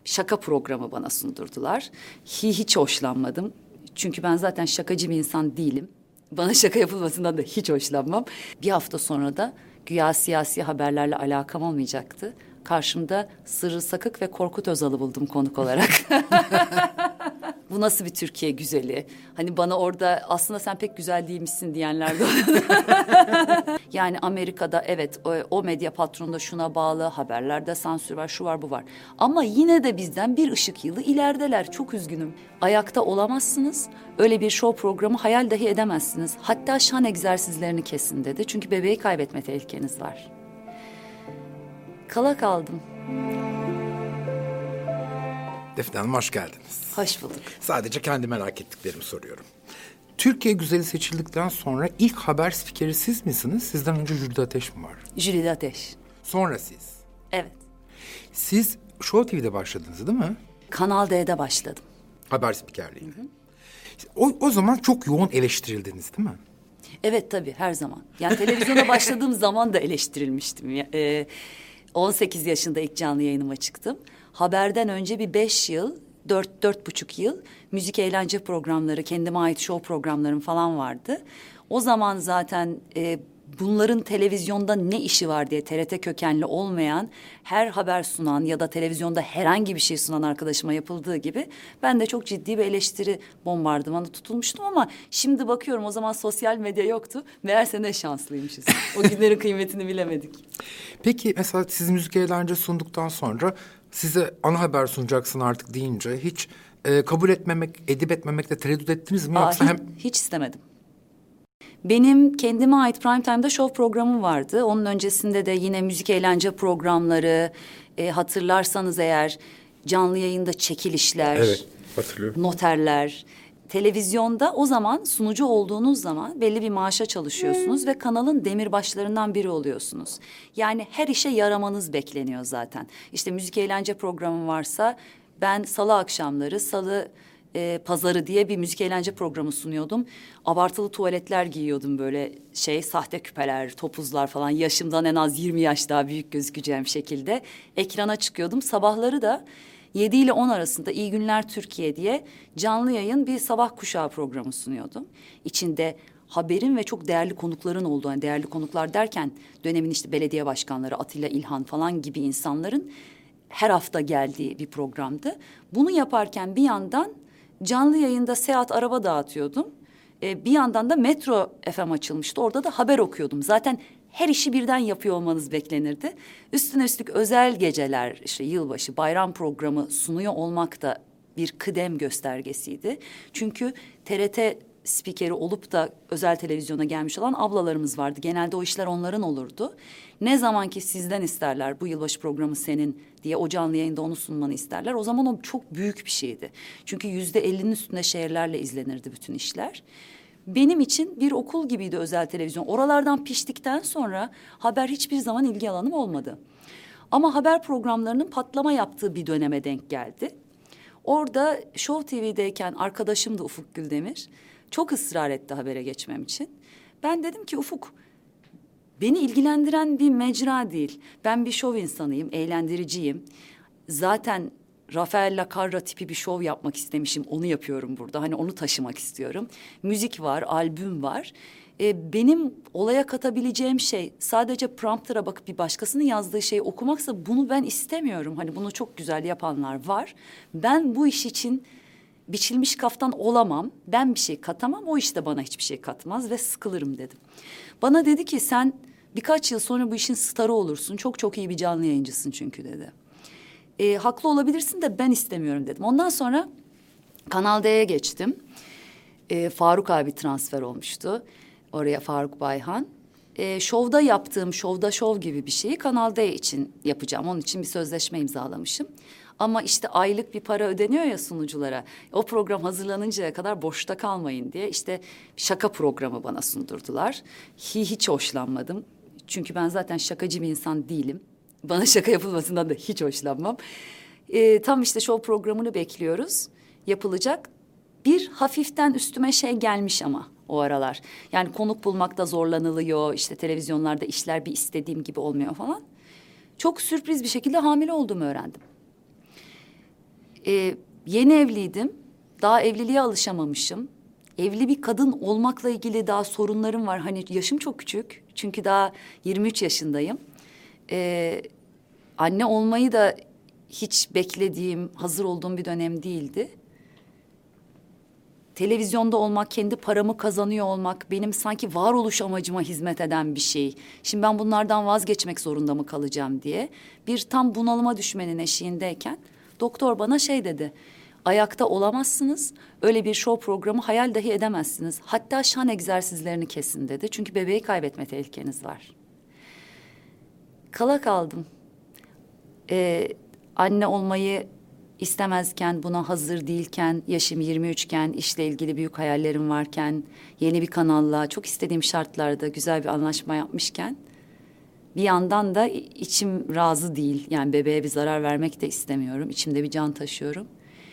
şaka programı bana sundurdular. Hiç hoşlanmadım. Çünkü ben zaten şakacı bir insan değilim. Bana şaka yapılmasından da hiç hoşlanmam. Bir hafta sonra da güya siyasi haberlerle alakam olmayacaktı. Karşımda Sırrı Sakık ve Korkut Özal'ı buldum konuk olarak. Bu nasıl bir Türkiye güzeli? Hani bana orada aslında sen pek güzel değilmişsin diyenler de oldu. Yani Amerika'da evet o medya patronu da şuna bağlı, haberlerde sansür var, şu var, bu var. Ama yine de bizden bir ışık yılı ilerideler. Çok üzgünüm. Ayakta olamazsınız. Öyle bir show programı hayal dahi edemezsiniz. Hatta şan egzersizlerini kesin dedi. Çünkü bebeği kaybetme tehlikeniz var. Kala kaldım. Defne Hanım hoş geldiniz. Hoş bulduk. Sadece kendi merak ettiklerimi soruyorum. Türkiye Güzeli seçildikten sonra ilk haber spikeri siz misiniz? Sizden önce Jülide Ateş mi var? Jülide Ateş. Sonra siz. Evet. Siz Show TV'de başladınız değil mi? Kanal D'de başladım. Haber spikerliğine. O zaman çok yoğun eleştirildiniz değil mi? Evet tabii her zaman. Yani televizyona başladığım zaman da eleştirilmiştim. 18 yaşında ilk canlı yayınıma çıktım. Haberden önce bir 5 yıl, 4,5 yıl müzik eğlence programları, kendime ait show programlarım falan vardı. O zaman zaten bunların televizyonda ne işi var diye TRT kökenli olmayan her haber sunan ya da televizyonda herhangi bir şey sunan arkadaşıma yapıldığı gibi ben de çok ciddi bir eleştiri bombardımanı tutulmuştum ama şimdi bakıyorum o zaman sosyal medya yoktu. Meğerse ne şanslıymışız. O günlerin kıymetini bilemedik. Peki mesela siz müzik eğlence sunduktan sonra size ana haber sunacaksın artık deyince hiç kabul edip etmemekte tereddüt ettiniz mi? Yoksa hiç istemedim. Benim kendime ait prime time'da show programım vardı. Onun öncesinde de yine müzik eğlence programları, hatırlarsanız eğer canlı yayında çekilişler, evet, hatırlıyorum. Noterler. Televizyonda o zaman sunucu olduğunuz zaman belli bir maaşa çalışıyorsunuz ve kanalın demirbaşlarından biri oluyorsunuz. Yani her işe yaramanız bekleniyor zaten. İşte müzik eğlence programı varsa ben salı akşamları, pazarı diye bir müzik eğlence programı sunuyordum. Abartılı tuvaletler giyiyordum böyle sahte küpeler, topuzlar falan. Yaşımdan en az 20 yaş daha büyük gözükeceğim şekilde ekrana çıkıyordum. Sabahları da 7 ile 10 arasında İyi Günler Türkiye diye canlı yayın bir sabah kuşağı programı sunuyordum. İçinde haberin ve çok değerli konukların olduğu, yani değerli konuklar derken dönemin işte belediye başkanları Atilla İlhan falan gibi insanların her hafta geldiği bir programdı. Bunu yaparken bir yandan canlı yayında seyahat araba dağıtıyordum. Bir yandan da Metro FM açılmıştı. Orada da haber okuyordum. Zaten her işi birden yapıyor olmanız beklenirdi. Üstüne üstlük özel geceler, işte yılbaşı, bayram programı sunuyor olmak da bir kıdem göstergesiydi. Çünkü TRT spikeri olup da özel televizyona gelmiş olan ablalarımız vardı. Genelde o işler onların olurdu. Ne zaman ki sizden isterler bu yılbaşı programı senin diye o canlı yayında onu sunmanı isterler. O zaman o çok büyük bir şeydi. Çünkü %50'nin üstünde şehirlerle izlenirdi bütün işler. Benim için bir okul gibiydi özel televizyon. Oralardan piştikten sonra haber hiçbir zaman ilgi alanım olmadı. Ama haber programlarının patlama yaptığı bir döneme denk geldi. Orada Show TV'deyken arkadaşım da Ufuk Güldemir çok ısrar etti habere geçmem için. Ben dedim ki Ufuk, beni ilgilendiren bir mecra değil. Ben bir şov insanıyım, eğlendiriciyim. Zaten Rafael Lacarra tipi bir şov yapmak istemişim. Onu yapıyorum burada. Hani onu taşımak istiyorum. Müzik var, albüm var. Benim olaya katabileceğim şey sadece prompter'a bakıp bir başkasının yazdığı şeyi okumaksa bunu ben istemiyorum. Hani bunu çok güzel yapanlar var. Ben bu iş için biçilmiş kaftan olamam. Ben bir şey katamam. O iş de bana hiçbir şey katmaz ve sıkılırım dedim. Bana dedi ki sen birkaç yıl sonra bu işin starı olursun. Çok çok iyi bir canlı yayıncısın çünkü dedi. Haklı olabilirsin de ben istemiyorum dedim. Ondan sonra Kanal D'ye geçtim. Faruk abi transfer olmuştu. Oraya Faruk Bayhan. Şovda yaptığım şovda şov gibi bir şeyi Kanal D için yapacağım. Onun için bir sözleşme imzalamışım. Ama işte aylık bir para ödeniyor ya sunuculara. O program hazırlanıncaya kadar boşta kalmayın diye işte şaka programı bana sundurdular. Hiç hoşlanmadım. Çünkü ben zaten şakacı bir insan değilim. Bana şaka yapılmasından da hiç hoşlanmam. Tam işte show programını bekliyoruz. Yapılacak. Bir hafiften üstüme şey gelmiş ama o aralar. Yani konuk bulmakta zorlanılıyor. İşte televizyonlarda işler bir istediğim gibi olmuyor falan. Çok sürpriz bir şekilde hamile olduğumu öğrendim. Yeni evliydim. Daha evliliğe alışamamışım. Evli bir kadın olmakla ilgili daha sorunlarım var. Hani yaşım çok küçük. Çünkü daha 23 yaşındayım. Anne olmayı da hiç beklediğim, hazır olduğum bir dönem değildi. Televizyonda olmak, kendi paramı kazanıyor olmak benim sanki varoluş amacıma hizmet eden bir şey. Şimdi ben bunlardan vazgeçmek zorunda mı kalacağım diye bir tam bunalıma düşmenin eşiğindeyken doktor bana şey dedi. Ayakta olamazsınız, öyle bir show programı hayal dahi edemezsiniz. Hatta şan egzersizlerini kesin dedi. Çünkü bebeği kaybetme tehlikeniz var. Kala kaldım. Anne olmayı istemezken, buna hazır değilken, yaşım 23 iken, işle ilgili büyük hayallerim varken, yeni bir kanalla, çok istediğim şartlarda güzel bir anlaşma yapmışken, bir yandan da içim razı değil. Yani bebeğe bir zarar vermek de istemiyorum. İçimde bir can taşıyorum.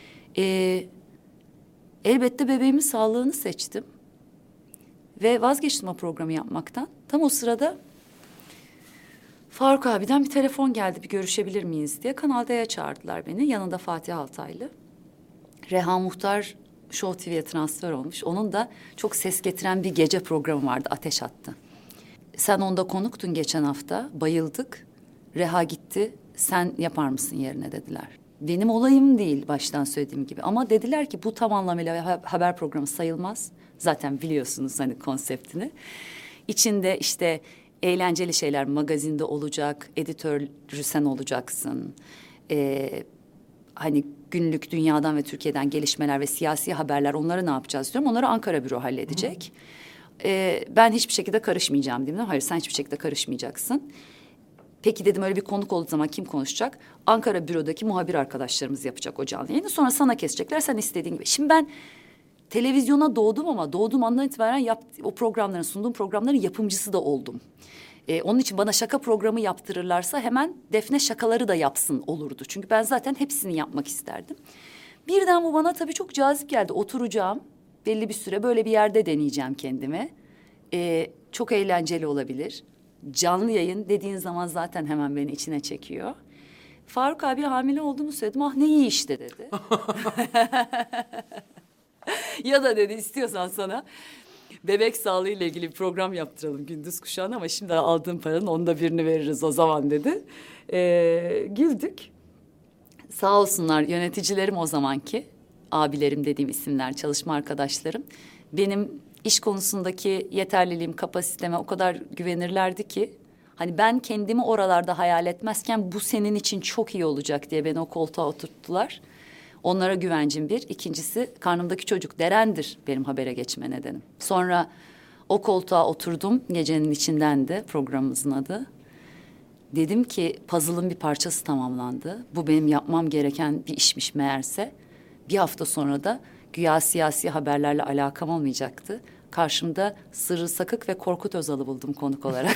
Elbette bebeğimin sağlığını seçtim. Ve vazgeçtim o programı yapmaktan. Tam o sırada Faruk abiden bir telefon geldi, bir görüşebilir miyiz diye. Kanal D'ye çağırdılar beni. Yanında Fatih Altaylı. Reha Muhtar Show TV'ye transfer olmuş. Onun da çok ses getiren bir gece programı vardı, Ateş Hattı. Sen onda konuktun geçen hafta, bayıldık. Reha gitti, sen yapar mısın yerine dediler. Benim olayım değil baştan söylediğim gibi. Ama dediler ki bu tam anlamıyla haber programı sayılmaz. Zaten biliyorsunuz hani konseptini. İçinde işte eğlenceli şeyler magazinde olacak, editörü sen olacaksın. Hani günlük dünyadan ve Türkiye'den gelişmeler ve siyasi haberler, onları ne yapacağız diyorum. Onları Ankara büro halledecek. Ben hiçbir şekilde karışmayacağım dedim. Hayır, sen hiçbir şekilde karışmayacaksın. Peki dedim, öyle bir konuk olduğu zaman kim konuşacak? Ankara bürodaki muhabir arkadaşlarımız yapacak o canlı yayını. Sonra sana kesecekler, sen istediğin gibi. Şimdi ben televizyona doğdum ama doğduğum andan itibaren o programların, sunduğum programların yapımcısı da oldum. Onun için bana şaka programı yaptırırlarsa hemen Defne şakaları da yapsın olurdu. Çünkü ben zaten hepsini yapmak isterdim. Birden bu bana tabii çok cazip geldi. Oturacağım, belli bir süre böyle bir yerde deneyeceğim kendimi. Çok eğlenceli olabilir. Canlı yayın dediğin zaman zaten hemen beni içine çekiyor. Faruk abi hamile olduğumu söyledim. Ah ne iyi işte dedi. Ya da dedi, istiyorsan sana bebek sağlığı ile ilgili bir program yaptıralım gündüz kuşağına, ama şimdi aldığım paranın 1/10'ını veririz o zaman dedi. Güldük. Sağ olsunlar yöneticilerim, o zamanki abilerim dediğim isimler, çalışma arkadaşlarım. Benim iş konusundaki yeterliliğim, kapasiteme o kadar güvenirlerdi ki... Hani ben kendimi oralarda hayal etmezken bu senin için çok iyi olacak diye beni o koltuğa oturttular. Onlara güvencim bir. İkincisi, karnımdaki çocuk Deren'dir benim habere geçme nedenim. Sonra o koltuğa oturdum. Gecenin içinden de programımızın adı. Dedim ki puzzle'ın bir parçası tamamlandı. Bu benim yapmam gereken bir işmiş meğerse. Bir hafta sonra da güya siyasi haberlerle alakam olmayacaktı. Karşımda Sırrı Sakık ve Korkut Özal'ı buldum konuk olarak.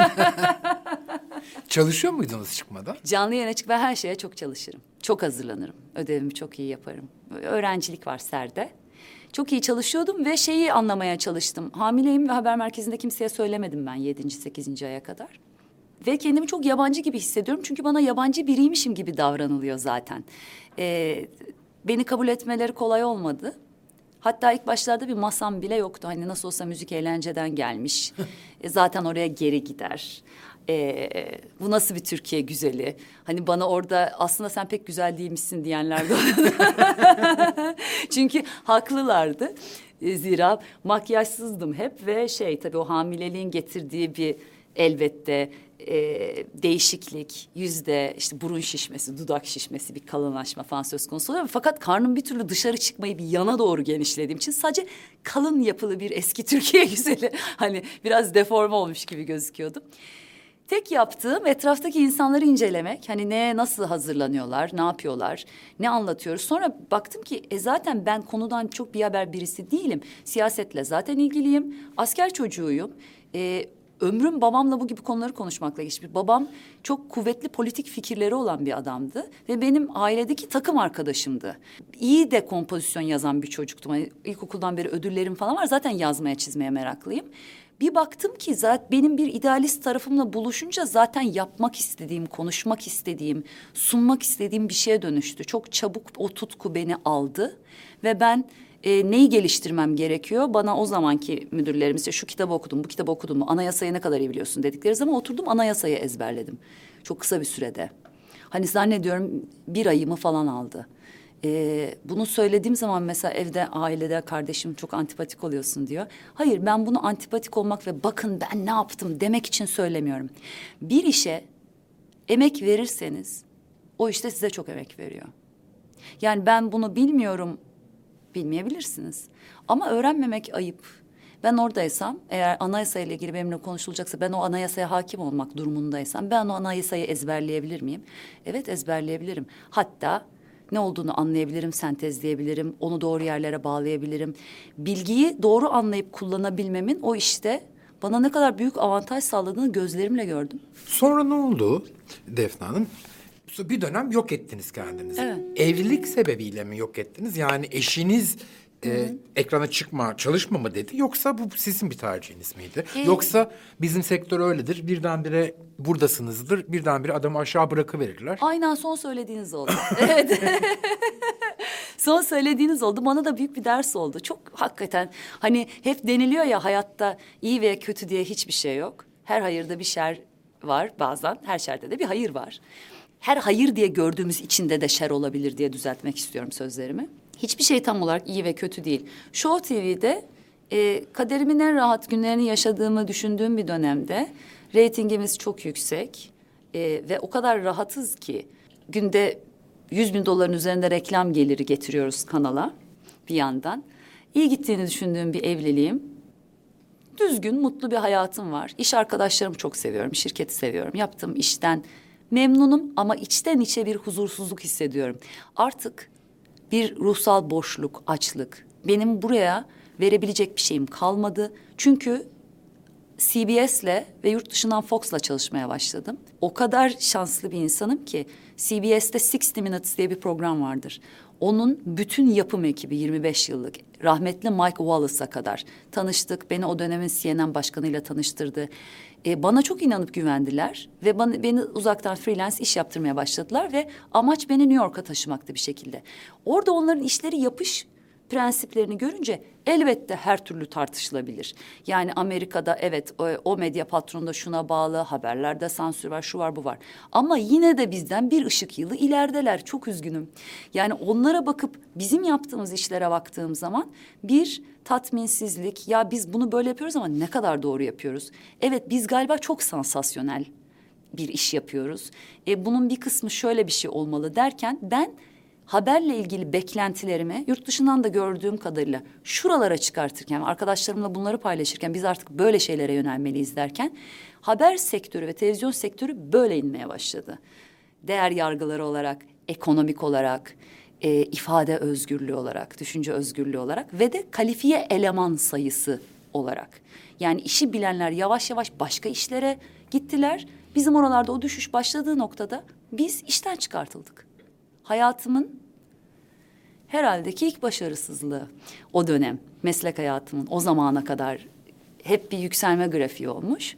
Çalışıyor muydunuz çıkmadan? Canlı yayına çık, ben her şeye çok çalışırım. Çok hazırlanırım. Ödevimi çok iyi yaparım. Öğrencilik var SER'de. Çok iyi çalışıyordum ve şeyi anlamaya çalıştım. Hamileyim ve haber merkezinde kimseye söylemedim ben 7. 8. aya kadar. Ve kendimi çok yabancı gibi hissediyorum. Çünkü bana yabancı biriymişim gibi davranılıyor zaten. Beni kabul etmeleri kolay olmadı. Hatta ilk başlarda bir masam bile yoktu. Hani nasıl olsa müzik eğlenceden gelmiş. Zaten oraya geri gider. Bu nasıl bir Türkiye güzeli? Hani bana orada aslında sen pek güzel değilmişsin diyenler de oldu. Çünkü haklılardı. Zira makyajsızdım hep ve tabii o hamileliğin getirdiği bir elbette değişiklik, yüzde işte burun şişmesi, dudak şişmesi, bir kalınlaşma falan söz konusu oluyor. Fakat karnım bir türlü dışarı çıkmayı, bir yana doğru genişlediğim için sadece kalın yapılı bir eski Türkiye güzeli, hani biraz deforme olmuş gibi gözüküyordum. Tek yaptığım etraftaki insanları incelemek. Hani neye nasıl hazırlanıyorlar, ne yapıyorlar, ne anlatıyoruz. Sonra baktım ki zaten ben konudan çok bir haber birisi değilim. Siyasetle zaten ilgiliyim. Asker çocuğuyum. Ömrüm babamla bu gibi konuları konuşmakla geçmiş. Babam çok kuvvetli politik fikirleri olan bir adamdı. Ve benim ailedeki takım arkadaşımdı. İyi de kompozisyon yazan bir çocuktum. Hani ilkokuldan beri ödüllerim falan var. Zaten yazmaya, çizmeye meraklıyım. Bir baktım ki zaten benim bir idealist tarafımla buluşunca zaten yapmak istediğim, konuşmak istediğim, sunmak istediğim bir şeye dönüştü. Çok çabuk o tutku beni aldı ve ben neyi geliştirmem gerekiyor? Bana o zamanki müdürlerimiz işte şu kitabı okudum, bu kitabı okudum mu, anayasayı ne kadar iyi biliyorsun dedikleri zaman oturdum anayasayı ezberledim. Çok kısa bir sürede. Hani zannediyorum 1 ayımı falan aldı. Bunu söylediğim zaman mesela evde, ailede kardeşim çok antipatik oluyorsun diyor. Hayır, ben bunu antipatik olmak ve bakın ben ne yaptım demek için söylemiyorum. Bir işe emek verirseniz o işte size çok emek veriyor. Yani ben bunu bilmiyorum, bilmeyebilirsiniz. Ama öğrenmemek ayıp. Ben oradaysam, eğer anayasayla ilgili benimle konuşulacaksa, ben o anayasaya hakim olmak durumundaysam, ben o anayasayı ezberleyebilir miyim? Evet, ezberleyebilirim. Hatta ne olduğunu anlayabilirim, sentezleyebilirim, onu doğru yerlere bağlayabilirim. Bilgiyi doğru anlayıp kullanabilmemin o işte bana ne kadar büyük avantaj sağladığını gözlerimle gördüm. Sonra ne oldu Defne Hanım? Bir dönem yok ettiniz kendinizi. Evet. Evlilik sebebiyle mi yok ettiniz? Yani eşiniz ekrana çıkma, çalışma mı dedi? Yoksa bu sizin bir tercihiniz miydi? Yoksa bizim sektör öyledir, birdenbire buradasınızdır, birdenbire adamı aşağı bırakıverirler. Aynen son söylediğiniz oldu. Evet. Son söylediğiniz oldu. Bana da büyük bir ders oldu. Çok hakikaten hani hep deniliyor ya hayatta iyi ve kötü diye hiçbir şey yok. Her hayırda bir şer var bazen. Her şerde de bir hayır var. Her hayır diye gördüğümüz içinde de şer olabilir diye düzeltmek istiyorum sözlerimi. Hiçbir şey tam olarak iyi ve kötü değil. Show TV'de kaderimin en rahat günlerini yaşadığımı düşündüğüm bir dönemde reytingimiz çok yüksek ve o kadar rahatız ki günde 100.000 doların üzerinde reklam geliri getiriyoruz kanala bir yandan. İyi gittiğini düşündüğüm bir evliliğim. Düzgün, mutlu bir hayatım var. İş arkadaşlarımı çok seviyorum, şirketi seviyorum. Yaptığım işten memnunum ama içten içe bir huzursuzluk hissediyorum. Artık bir ruhsal boşluk, açlık. Benim buraya verebilecek bir şeyim kalmadı. Çünkü CBS'le ve yurt dışından Fox'la çalışmaya başladım. O kadar şanslı bir insanım ki CBS'te 60 Minutes diye bir program vardır. Onun bütün yapım ekibi 25 yıllık rahmetli Mike Wallace'a kadar tanıştık. Beni o dönemin CNN başkanıyla tanıştırdı. Bana çok inanıp güvendiler ve beni uzaktan freelance iş yaptırmaya başladılar ve amaç beni New York'a taşımaktı bir şekilde. Orada onların işleri yapış prensiplerini görünce elbette her türlü tartışılabilir. Yani Amerika'da evet o medya patronu da şuna bağlı, haberlerde sansür var, şu var, bu var. Ama yine de bizden bir ışık yılı ilerideler. Çok üzgünüm. Yani onlara bakıp bizim yaptığımız işlere baktığım zaman bir tatminsizlik, ya biz bunu böyle yapıyoruz ama ne kadar doğru yapıyoruz? Evet, biz galiba çok sansasyonel bir iş yapıyoruz. Bunun bir kısmı şöyle bir şey olmalı derken ben haberle ilgili beklentilerimi yurt dışından da gördüğüm kadarıyla şuralara çıkartırken, arkadaşlarımla bunları paylaşırken biz artık böyle şeylere yönelmeliyiz derken haber sektörü ve televizyon sektörü böyle inmeye başladı. Değer yargıları olarak, ekonomik olarak, ifade özgürlüğü olarak, düşünce özgürlüğü olarak ve de kalifiye eleman sayısı olarak. Yani işi bilenler yavaş yavaş başka işlere gittiler. Bizim oralarda o düşüş başladığı noktada biz işten çıkartıldık. Hayatımın herhalde ki ilk başarısızlığı o dönem, meslek hayatımın o zamana kadar hep bir yükselme grafiği olmuş.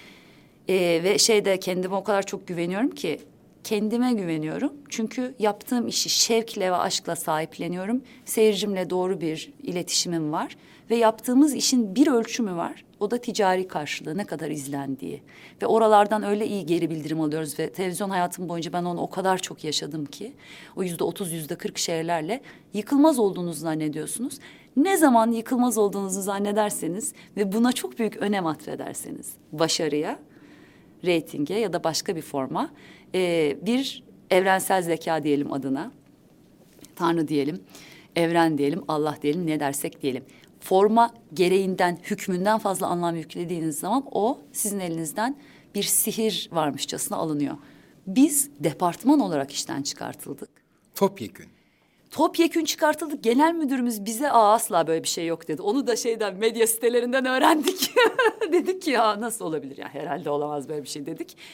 Ve kendime o kadar çok güveniyorum ki kendime güveniyorum. Çünkü yaptığım işi şevkle ve aşkla sahipleniyorum. Seyircimle doğru bir iletişimim var. Ve yaptığımız işin bir ölçümü var. O da ticari karşılığı, ne kadar izlendiği. Ve oralardan öyle iyi geri bildirim alıyoruz. Ve televizyon hayatım boyunca ben onu o kadar çok yaşadım ki. O %30, %40 şeylerle yıkılmaz olduğunuzu zannediyorsunuz. Ne zaman yıkılmaz olduğunuzu zannederseniz ve buna çok büyük önem atfederseniz başarıya, reytinge ya da başka bir forma bir evrensel zeka diyelim adına, Tanrı diyelim, evren diyelim, Allah diyelim, ne dersek diyelim. Forma gereğinden, hükmünden fazla anlam yüklediğiniz zaman o sizin elinizden bir sihir varmışçasına alınıyor. Biz departman olarak işten çıkartıldık. Topyekün. Topyekün çıkartıldık. Genel müdürümüz bize asla böyle bir şey yok dedi. Onu da medya sitelerinden öğrendik. Dedik ki ya nasıl olabilir ya, herhalde olamaz böyle bir şey dedik.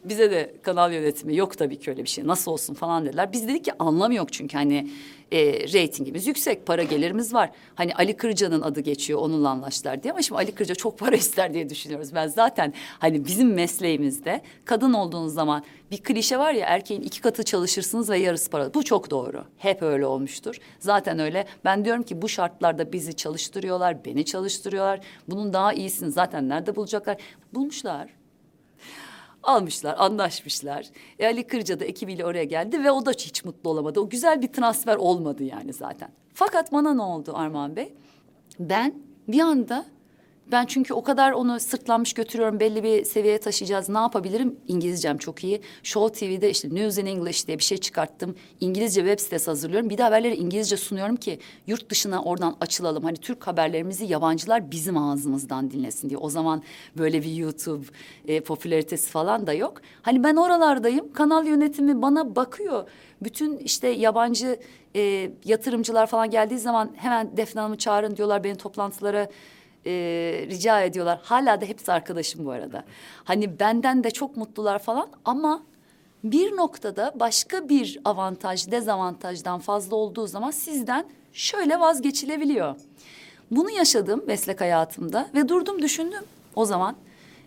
Bize de kanal yönetimi yok tabii ki öyle bir şey. Nasıl olsun falan dediler. Biz dedik ki anlamı yok çünkü hani reytingimiz yüksek, para gelirimiz var. Hani Ali Kırca'nın adı geçiyor, onunla anlaştılar diye. Ama şimdi Ali Kırca çok para ister diye düşünüyoruz. Ben zaten hani bizim mesleğimizde kadın olduğunuz zaman bir klişe var ya, erkeğin 2 katı çalışırsınız ve yarısı para. Bu çok doğru. Hep öyle olmuştur. Zaten öyle. Ben diyorum ki bu şartlarda bizi çalıştırıyorlar, beni çalıştırıyorlar. Bunun daha iyisini zaten nerede bulacaklar? Bulmuşlar. Almışlar, anlaşmışlar. Ali Kırca da ekibiyle oraya geldi ve o da hiç mutlu olamadı. O güzel bir transfer olmadı yani zaten. Fakat bana ne oldu Armağan Bey? Ben bir anda, ben çünkü o kadar onu sırtlanmış götürüyorum, belli bir seviyeye taşıyacağız. Ne yapabilirim? İngilizcem çok iyi. Show TV'de işte News in English diye bir şey çıkarttım. İngilizce web sitesi hazırlıyorum. Bir de haberleri İngilizce sunuyorum ki yurt dışına oradan açılalım. Hani Türk haberlerimizi yabancılar bizim ağzımızdan dinlesin diye. O zaman böyle bir YouTube popülaritesi falan da yok. Hani ben oralardayım. Kanal yönetimi bana bakıyor. Bütün işte yabancı yatırımcılar falan geldiği zaman hemen Defne Hanım'ı çağırın diyorlar, beni toplantılara rica ediyorlar. Hala da hepsi arkadaşım bu arada. Hani benden de çok mutlular falan ama bir noktada başka bir avantaj, dezavantajdan fazla olduğu zaman sizden şöyle vazgeçilebiliyor. Bunu yaşadım meslek hayatımda ve durdum düşündüm o zaman.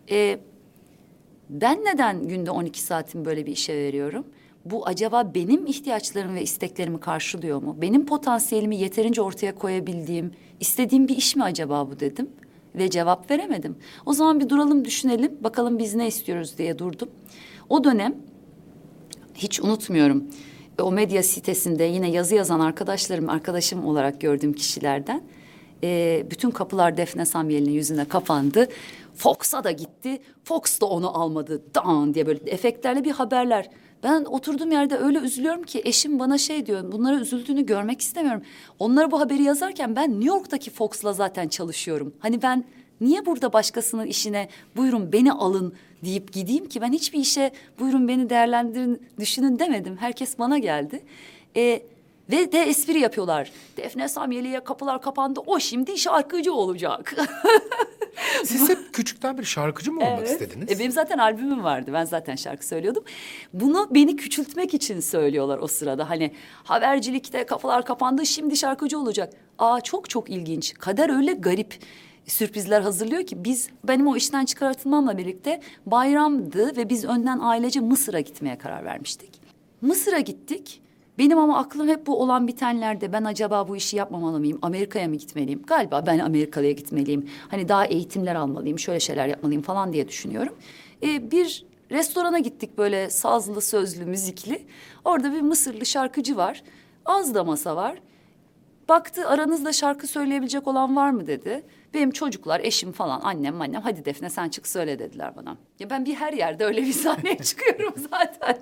Ben neden günde 12 saatimi böyle bir işe veriyorum? Bu acaba benim ihtiyaçlarım ve isteklerimi karşılıyor mu? Benim potansiyelimi yeterince ortaya koyabildiğim, istediğim bir iş mi acaba bu dedim. Ve cevap veremedim. O zaman bir duralım, düşünelim, bakalım biz ne istiyoruz diye durdum. O dönem hiç unutmuyorum. O medya sitesinde yine yazı yazan arkadaşım olarak gördüğüm kişilerden bütün kapılar Defne Samyeli'nin yüzüne kapandı. Fox'a da gitti. Fox da onu almadı. Dan diye böyle efektlerle bir haberler. Ben oturduğum yerde öyle üzülüyorum ki eşim bana şey diyor. Bunlara üzüldüğünü görmek istemiyorum. Onlara bu haberi yazarken ben New York'taki Fox'la zaten çalışıyorum. Hani ben niye burada başkasının işine buyurun beni alın deyip gideyim ki, ben hiçbir işe buyurun beni değerlendirin, düşünün demedim. Herkes bana geldi. Ve de espri yapıyorlar. Defne Samyeli'ye kapılar kapandı. O şimdi şarkıcı olacak. Siz hep küçükten beri şarkıcı mı olmak istediniz? Benim zaten albümüm vardı. Ben zaten şarkı söylüyordum. Bunu beni küçültmek için söylüyorlar o sırada. Hani habercilikte kapılar kapandı, şimdi şarkıcı olacak. Çok çok ilginç. Kader öyle garip sürprizler hazırlıyor ki benim o işten çıkartılmamla birlikte bayramdı ve biz önden ailece Mısır'a gitmeye karar vermiştik. Mısır'a gittik. Benim ama aklım hep bu olan bitenlerde, ben acaba bu işi yapmamalı mıyım? Amerika'ya mı gitmeliyim? Galiba ben Amerika'ya gitmeliyim. Hani daha eğitimler almalıyım, şöyle şeyler yapmalıyım falan diye düşünüyorum. Bir restorana gittik, böyle sazlı, sözlü, müzikli. Orada bir Mısırlı şarkıcı var. Az da masa var. Baktı, aranızda şarkı söyleyebilecek olan var mı dedi. Benim çocuklar, eşim falan, annem, hadi Defne sen çık söyle dediler bana. Ya ben her yerde öyle bir sahneye çıkıyorum zaten.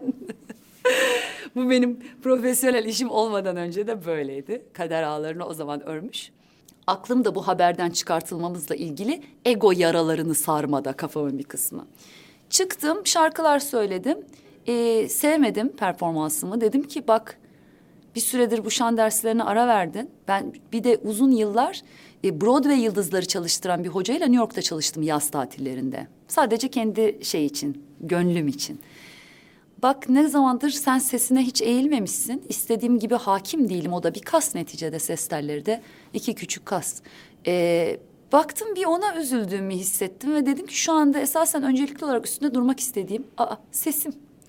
Bu benim profesyonel işim olmadan önce de böyleydi. Kader ağlarını o zaman örmüş. Aklım da bu haberden çıkartılmamızla ilgili ego yaralarını sarmada kafamın bir kısmı. Çıktım, şarkılar söyledim. Sevmedim performansımı. Dedim ki bak, bir süredir bu şan derslerine ara verdin. Ben bir de uzun yıllar Broadway yıldızları çalıştıran bir hocayla New York'ta çalıştım yaz tatillerinde. Sadece kendi için, gönlüm için. Bak ne zamandır sen sesine hiç eğilmemişsin. İstediğim gibi hakim değilim. O da bir kas neticede, ses telleri de 2 küçük kas. Baktım, bir ona üzüldüğümü hissettim ve dedim ki şu anda esasen öncelikli olarak üstünde durmak istediğim sesim.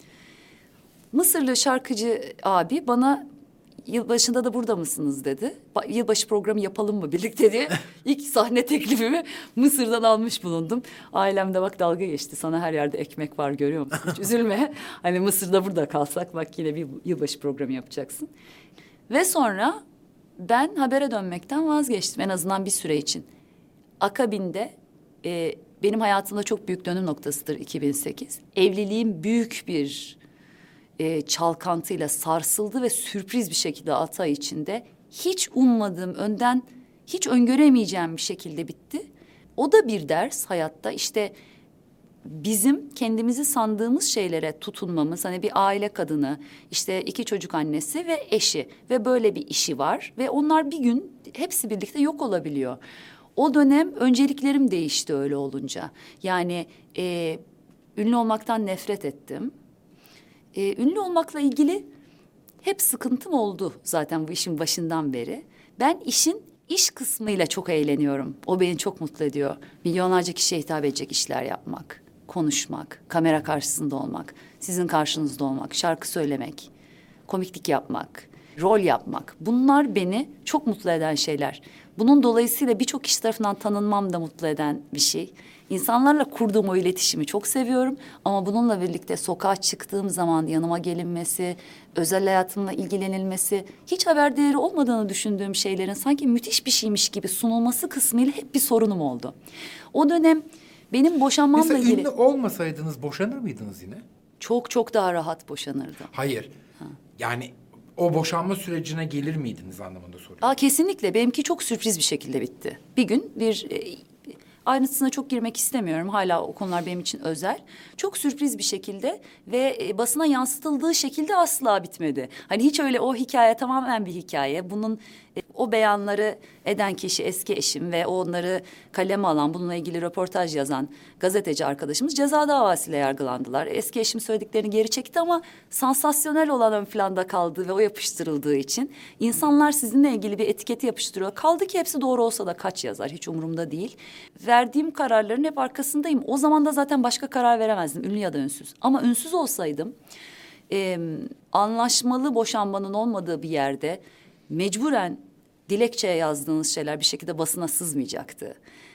Mısırlı şarkıcı abi bana yılbaşında da burada mısınız dedi. Yılbaşı programı yapalım mı birlikte diye. İlk sahne teklifimi Mısır'dan almış bulundum. Ailem de bak dalga geçti. Sana her yerde ekmek var, görüyor musun? Hiç üzülme. Hani Mısır'da burada kalsak bak yine bir yılbaşı programı yapacaksın. Ve sonra ben habere dönmekten vazgeçtim en azından bir süre için. Akabinde benim hayatımda çok büyük dönüm noktasıdır 2008. Evliliğim büyük bir çalkantıyla sarsıldı ve sürpriz bir şekilde 6 ay içinde hiç ummadığım, önden hiç öngöremeyeceğim bir şekilde bitti. O da bir ders hayatta. İşte bizim kendimizi sandığımız şeylere tutunmamız, hani bir aile kadını, işte 2 çocuk annesi ve eşi ve böyle bir işi var ve onlar bir gün hepsi birlikte yok olabiliyor. O dönem önceliklerim değişti öyle olunca. Yani ünlü olmaktan nefret ettim. Ünlü olmakla ilgili hep sıkıntım oldu zaten bu işin başından beri. Ben işin iş kısmıyla çok eğleniyorum. O beni çok mutlu ediyor. Milyonlarca kişiye hitap edecek işler yapmak, konuşmak, kamera karşısında olmak, sizin karşınızda olmak, şarkı söylemek, komiklik yapmak, rol yapmak. Bunlar beni çok mutlu eden şeyler. Bunun dolayısıyla birçok kişi tarafından tanınmam da mutlu eden bir şey. İnsanlarla kurduğum o iletişimi çok seviyorum. Ama bununla birlikte sokağa çıktığım zaman yanıma gelinmesi, özel hayatımla ilgilenilmesi, hiç haber değeri olmadığını düşündüğüm şeylerin sanki müthiş bir şeymiş gibi sunulması kısmıyla hep bir sorunum oldu. O dönem benim boşanmamla Mesela ilgili ünlü olmasaydınız boşanır mıydınız yine? çok çok daha rahat boşanırdım. Hayır. Yani o boşanma sürecine gelir miydiniz anlamında soruyorum. Kesinlikle benimki çok sürpriz bir şekilde bitti. Bir gün ayrıntısına çok girmek istemiyorum. Hala o konular benim için özel. Çok sürpriz bir şekilde ve basına yansıtıldığı şekilde asla bitmedi. Hani hiç öyle o hikaye tamamen bir hikaye. Bunun o beyanları eden kişi eski eşim ve onları kaleme alan, bununla ilgili röportaj yazan gazeteci arkadaşımız ceza davasıyla yargılandılar. Eski eşim söylediklerini geri çekti ama sansasyonel olan ön planda kaldı ve o yapıştırıldığı için insanlar sizinle ilgili bir etiketi yapıştırıyor. Kaldı ki hepsi doğru olsa da kaç yazar, hiç umurumda değil. Verdiğim kararların hep arkasındayım. O zaman da zaten başka karar veremezdim, ünlü ya da ünsüz. Ama ünsüz olsaydım anlaşmalı boşanmanın olmadığı bir yerde mecburen dilekçeye yazdığınız şeyler bir şekilde basına sızmayacaktı.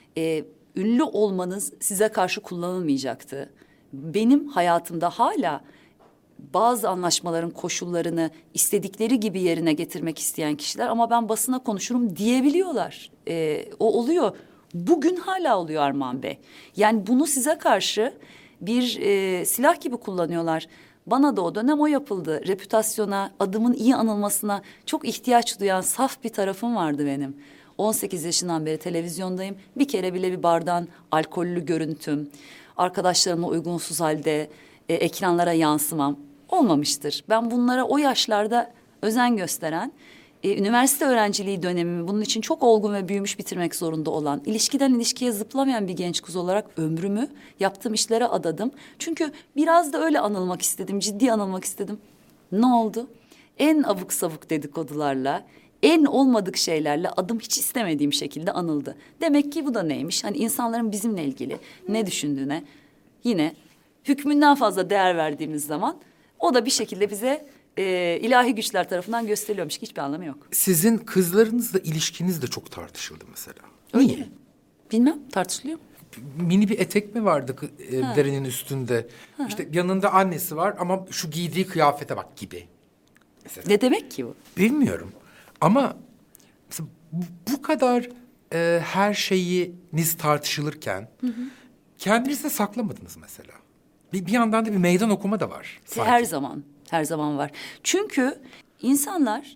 Ünlü olmanız size karşı kullanılmayacaktı. Benim hayatımda hala bazı anlaşmaların koşullarını istedikleri gibi yerine getirmek isteyen kişiler ama ben basına konuşurum diyebiliyorlar. O oluyor. Bugün hala oluyor Armağan Bey. Yani bunu size karşı bir silah gibi kullanıyorlar. Bana da o dönem o yapıldı. Reputasyona, adımın iyi anılmasına çok ihtiyaç duyan saf bir tarafım vardı benim. 18 yaşından beri televizyondayım. Bir kere bile bir bardan alkollü görüntüm, arkadaşlarımla uygunsuz halde ekranlara yansımam olmamıştır. Ben bunlara o yaşlarda özen gösteren, üniversite öğrenciliği dönemimi bunun için çok olgun ve büyümüş bitirmek zorunda olan, ilişkiden ilişkiye zıplamayan bir genç kız olarak ömrümü yaptığım işlere adadım. Çünkü biraz da öyle anılmak istedim, ciddi anılmak istedim. Ne oldu? En abuk sabuk dedikodularla, en olmadık şeylerle adım hiç istemediğim şekilde anıldı. Demek ki bu da neymiş? Hani insanların bizimle ilgili ne düşündüğüne yine hükmünden fazla değer verdiğimiz zaman o da bir şekilde bize ilahi güçler tarafından gösteriliyormuş ki hiçbir anlamı yok. Sizin kızlarınızla ilişkiniz de çok tartışıldı mesela. Öyle Niye? mi? Bilmem, tartışılıyor mu? Mini bir etek mi vardı derenin üstünde? İşte yanında annesi var ama şu giydiği kıyafete bak gibi. Mesela. Ne demek ki bu? Bilmiyorum ama mesela bu kadar her şeyiniz tartışılırken kendinizi de saklamadınız mesela. Bir yandan da bir meydan okuma da var. Sanki. Her zaman var. Çünkü insanlar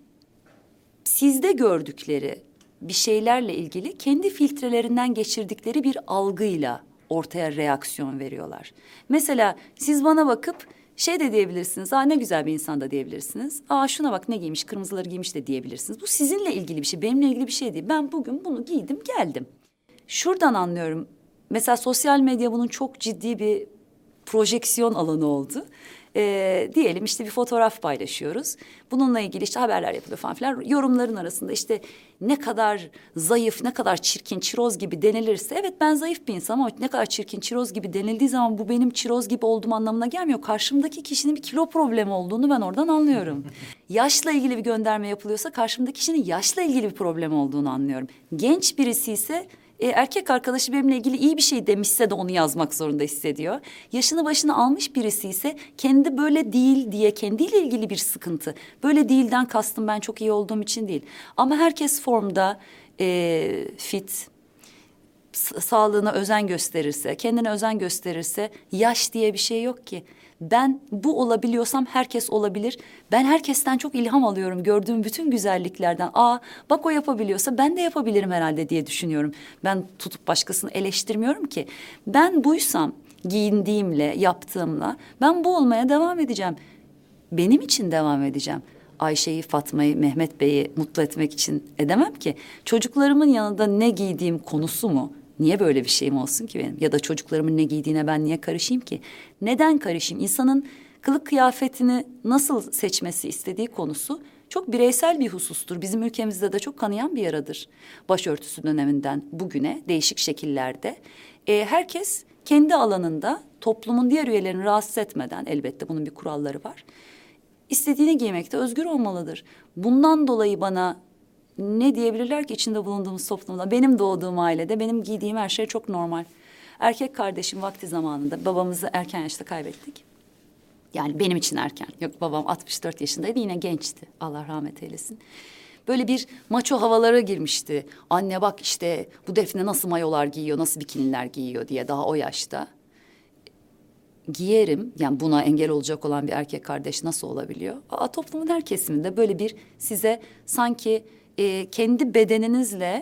sizde gördükleri bir şeylerle ilgili kendi filtrelerinden geçirdikleri bir algıyla ortaya reaksiyon veriyorlar. Mesela siz bana bakıp şey de diyebilirsiniz. Ne güzel bir insan da diyebilirsiniz. Şuna bak ne giymiş, kırmızıları giymiş de diyebilirsiniz. Bu sizinle ilgili bir şey, benimle ilgili bir şey değil. Ben bugün bunu giydim, geldim. Şuradan anlıyorum. Mesela sosyal medya bunun çok ciddi bir projeksiyon alanı oldu. Diyelim işte bir fotoğraf paylaşıyoruz. Bununla ilgili işte haberler yapılıyor falan filan. Yorumların arasında işte ne kadar zayıf, ne kadar çirkin, çiroz gibi denilirse... Evet ben zayıf bir insanım ama ne kadar çirkin, çiroz gibi denildiği zaman... bu benim çiroz gibi olduğum anlamına gelmiyor. Karşımdaki kişinin bir kilo problemi olduğunu ben oradan anlıyorum. Yaşla ilgili bir gönderme yapılıyorsa... karşımdaki kişinin yaşla ilgili bir problem olduğunu anlıyorum. Genç birisi ise... erkek arkadaşı benimle ilgili iyi bir şey demişse de onu yazmak zorunda hissediyor. Yaşını başını almış birisi ise kendi böyle değil diye kendiyle ilgili bir sıkıntı. Böyle değilden kastım ben çok iyi olduğum için değil. Ama herkes formda, fit, sağlığına özen gösterirse, kendine özen gösterirse yaş diye bir şey yok ki. Ben bu olabiliyorsam herkes olabilir. Ben herkesten çok ilham alıyorum gördüğüm bütün güzelliklerden. Bak o yapabiliyorsa ben de yapabilirim herhalde diye düşünüyorum. Ben tutup başkasını eleştirmiyorum ki. Ben buysam giyindiğimle, yaptığımla ben bu olmaya devam edeceğim. Benim için devam edeceğim. Ayşe'yi, Fatma'yı, Mehmet Bey'i mutlu etmek için edemem ki. Çocuklarımın yanında ne giydiğim konusu mu? Niye böyle bir şeyim olsun ki benim? Ya da çocuklarımın ne giydiğine ben niye karışayım ki? Neden karışayım? İnsanın kılık kıyafetini nasıl seçmesi istediği konusu çok bireysel bir husustur. Bizim ülkemizde de çok kanayan bir yaradır. Başörtüsü döneminden bugüne değişik şekillerde. Herkes kendi alanında toplumun diğer üyelerini rahatsız etmeden, elbette bunun bir kuralları var, İstediğini giymekte özgür olmalıdır. Bundan dolayı bana ne diyebilirler ki içinde bulunduğumuz toplumda? Benim doğduğum ailede benim giydiğim her şey çok normal. Erkek kardeşim vakti zamanında babamızı erken yaşta kaybettik. Yani benim için erken. Yok, babam 64 yaşındaydı, yine gençti. Allah rahmet eylesin. Böyle bir maço havalara girmişti. Anne bak işte bu Defne nasıl mayolar giyiyor, nasıl bikiniler giyiyor diye, daha o yaşta. Giyerim, yani buna engel olacak olan bir erkek kardeş nasıl olabiliyor? Toplumun her kesiminde böyle bir size sanki kendi bedeninizle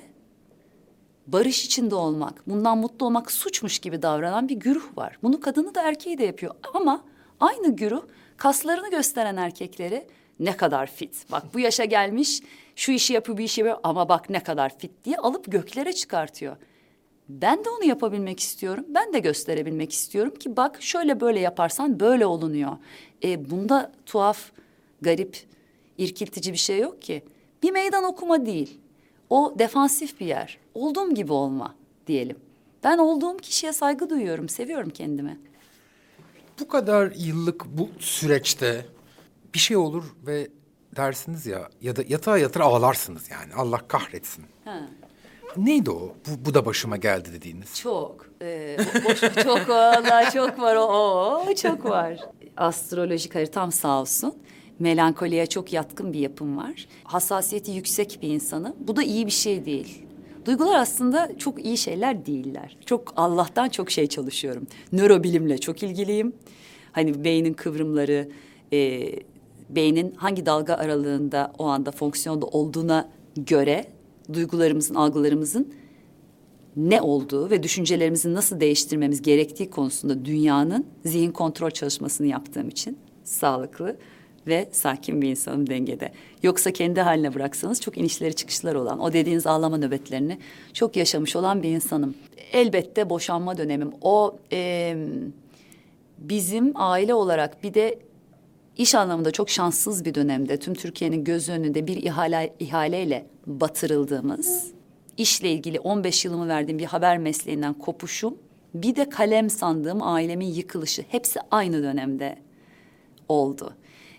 barış içinde olmak, bundan mutlu olmak suçmuş gibi davranan bir güruh var. Bunu kadını da erkeği de yapıyor ama aynı güruh kaslarını gösteren erkekleri ne kadar fit. Bak bu yaşa gelmiş, şu işi yapıyor, bu işi yapıyor ama bak ne kadar fit diye alıp göklere çıkartıyor. Ben de onu yapabilmek istiyorum. Ben de gösterebilmek istiyorum ki bak şöyle böyle yaparsan böyle olunuyor. Bunda tuhaf, garip, irkiltici bir şey yok ki. Bir meydan okuma değil. O defansif bir yer. Olduğum gibi olma diyelim. Ben olduğum kişiye saygı duyuyorum, seviyorum kendimi. Bu kadar yıllık bu süreçte bir şey olur ve dersiniz ya da yatağa yatır ağlarsınız yani. Allah kahretsin. Ha. Neydi o? Bu da başıma geldi dediğiniz. Çok. Çok valla çok var çok var. Astrolojik haritam sağ olsun. Melankoliye çok yatkın bir yapım var. Hassasiyeti yüksek bir insanım. Bu da iyi bir şey değil. Duygular aslında çok iyi şeyler değiller. Çok Allah'tan çok şey çalışıyorum. Nörobilimle çok ilgiliyim. Hani beynin kıvrımları, beynin hangi dalga aralığında o anda fonksiyonda olduğuna göre duygularımızın, algılarımızın ne olduğu ve düşüncelerimizi nasıl değiştirmemiz gerektiği konusunda dünyanın zihin kontrol çalışmasını yaptığım için sağlıklı ve sakin bir insanım, dengede. Yoksa kendi haline bıraksanız çok inişleri çıkışlar olan, o dediğiniz ağlama nöbetlerini çok yaşamış olan bir insanım. Elbette boşanma dönemim. Bizim aile olarak bir de İş anlamında çok şanssız bir dönemde, tüm Türkiye'nin göz önünde bir ihaleyle batırıldığımız, işle ilgili 15 yılımı verdiğim bir haber mesleğinden kopuşum, bir de kalem sandığım ailemin yıkılışı, hepsi aynı dönemde oldu.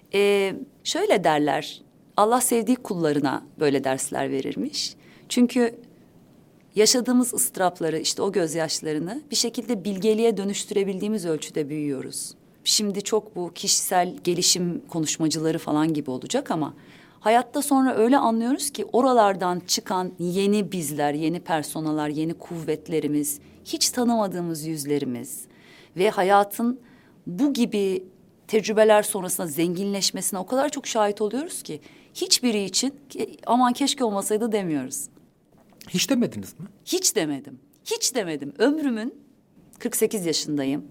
Şöyle derler, Allah sevdiği kullarına böyle dersler verirmiş. Çünkü yaşadığımız ıstırapları, işte o gözyaşlarını bir şekilde bilgeliğe dönüştürebildiğimiz ölçüde büyüyoruz. Şimdi çok bu kişisel gelişim konuşmacıları falan gibi olacak ama hayatta sonra öyle anlıyoruz ki oralardan çıkan yeni bizler, yeni personalar, yeni kuvvetlerimiz, hiç tanımadığımız yüzlerimiz ve hayatın bu gibi tecrübeler sonrasında zenginleşmesine o kadar çok şahit oluyoruz ki hiçbiri için aman keşke olmasaydı demiyoruz. Hiç demediniz mi? Hiç demedim. Hiç demedim. Ömrümün 48 yaşındayım.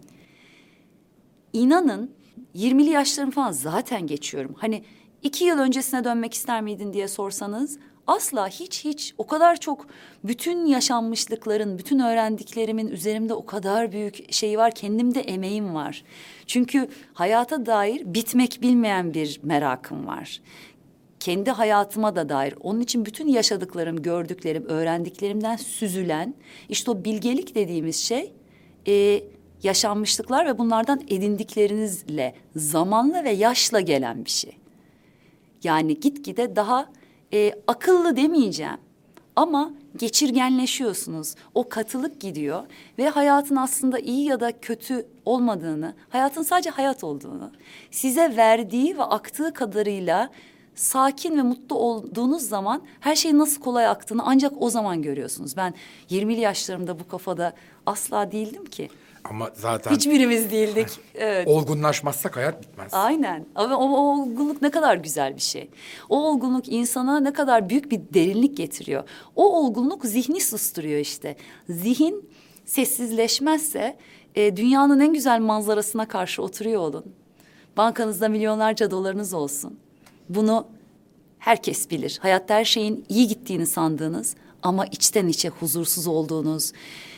İnanın 20'li yaşlarım falan zaten geçiyorum. Hani 2 yıl öncesine dönmek ister miydin diye sorsanız asla, hiç o kadar çok bütün yaşanmışlıkların, bütün öğrendiklerimin üzerimde o kadar büyük şey var, kendimde emeğim var. Çünkü hayata dair bitmek bilmeyen bir merakım var. Kendi hayatıma da dair. Onun için bütün yaşadıklarım, gördüklerim, öğrendiklerimden süzülen işte o bilgelik dediğimiz şey yaşanmışlıklar ve bunlardan edindiklerinizle zamanla ve yaşla gelen bir şey. Yani gitgide daha akıllı demeyeceğim ama geçirgenleşiyorsunuz. O katılık gidiyor ve hayatın aslında iyi ya da kötü olmadığını, hayatın sadece hayat olduğunu, size verdiği ve aktığı kadarıyla sakin ve mutlu olduğunuz zaman her şeyin nasıl kolay aktığını ancak o zaman görüyorsunuz. Ben 20'li yaşlarımda bu kafada asla değildim ki. Ama zaten Hiçbirimiz değildik. Evet. olgunlaşmazsak hayat bitmez. Aynen. Ama o olgunluk ne kadar güzel bir şey. O olgunluk insana ne kadar büyük bir derinlik getiriyor. O olgunluk zihni susturuyor işte. Zihin sessizleşmezse dünyanın en güzel manzarasına karşı oturuyor olun. Bankanızda milyonlarca dolarınız olsun. Bunu herkes bilir. Hayatta her şeyin iyi gittiğini sandığınız ama içten içe huzursuz olduğunuz,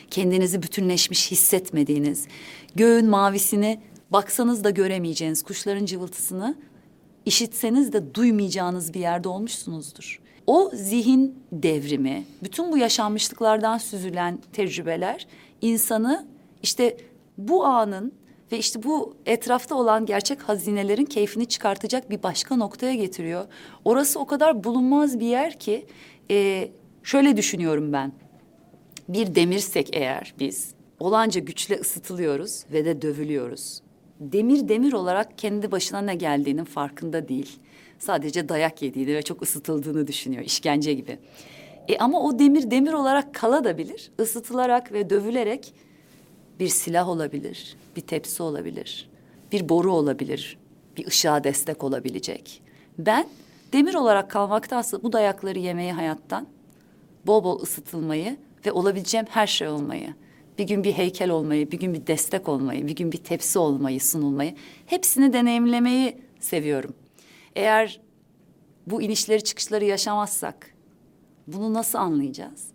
kendinizi bütünleşmiş hissetmediğiniz, göğün mavisini baksanız da göremeyeceğiniz, kuşların cıvıltısını işitseniz de duymayacağınız bir yerde olmuşsunuzdur. O zihin devrimi, bütün bu yaşanmışlıklardan süzülen tecrübeler insanı işte bu anın ve işte bu etrafta olan gerçek hazinelerin keyfini çıkartacak bir başka noktaya getiriyor. Orası o kadar bulunmaz bir yer ki şöyle düşünüyorum ben. Bir demirsek eğer biz olanca güçle ısıtılıyoruz ve de dövülüyoruz. Demir olarak kendi başına ne geldiğinin farkında değil. Sadece dayak yediğini ve çok ısıtıldığını düşünüyor, işkence gibi. Ama o demir olarak kalabilir, ısıtılarak ve dövülerek bir silah olabilir, bir tepsi olabilir, bir boru olabilir, bir ışığa destek olabilecek. Ben demir olarak kalmaktansa bu dayakları yemeyi hayattan, bol bol ısıtılmayı ve olabileceğim her şey olmayı, bir gün bir heykel olmayı, bir gün bir destek olmayı, bir gün bir tepsi olmayı, sunulmayı, hepsini deneyimlemeyi seviyorum. Eğer bu inişleri çıkışları yaşamazsak bunu nasıl anlayacağız?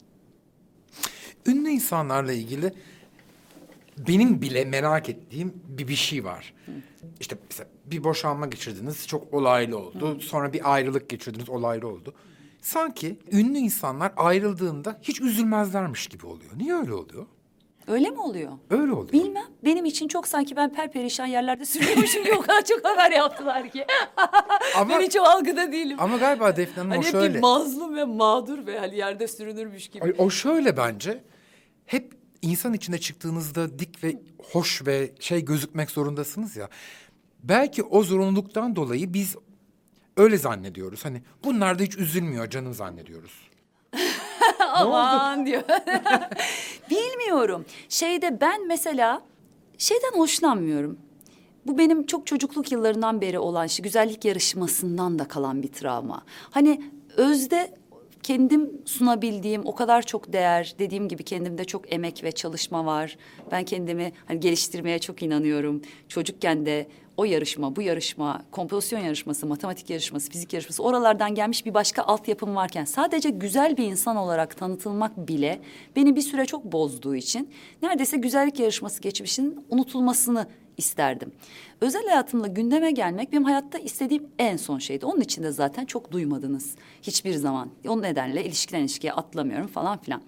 Ünlü insanlarla ilgili benim bile merak ettiğim bir şey var. İşte mesela bir boşanma geçirdiniz, çok olaylı oldu. Sonra bir ayrılık geçirdiniz, olaylı oldu. Sanki ünlü insanlar ayrıldığında hiç üzülmezlermiş gibi oluyor. Niye öyle oluyor? Öyle mi oluyor? Öyle oluyor. Bilmem. Benim için çok sanki ben perperişan yerlerde sürüyormuşum ki o kadar çok haber yaptılar ki. Ama, ben hiç o algıda değilim. ama galiba Defne Hanım Hani o hep şöyle. bir mazlum ve mağdur ve hani yerde sürünürmüş gibi. O şöyle bence. Hep insan içine çıktığınızda dik ve hoş ve gözükmek zorundasınız ya. Belki o zorunluluktan dolayı biz öyle zannediyoruz. Hani bunlar da hiç üzülmüyor canım zannediyoruz. Aman diyor. Bilmiyorum. Ben mesela şeyden hoşlanmıyorum. Bu benim çok çocukluk yıllarından beri olan güzellik yarışmasından da kalan bir travma. Hani özde kendim sunabildiğim o kadar çok değer, dediğim gibi kendimde çok emek ve çalışma var. Ben kendimi geliştirmeye çok inanıyorum. Çocukken de o yarışma, bu yarışma, kompozisyon yarışması, matematik yarışması, fizik yarışması oralardan gelmiş bir başka altyapım varken sadece güzel bir insan olarak tanıtılmak bile beni bir süre çok bozduğu için neredeyse güzellik yarışması geçmişinin unutulmasını isterdim. Özel hayatımla gündeme gelmek benim hayatta istediğim en son şeydi. Onun için de zaten çok duymadınız hiçbir zaman. O nedenle ilişkiden ilişkiye atlamıyorum falan filan.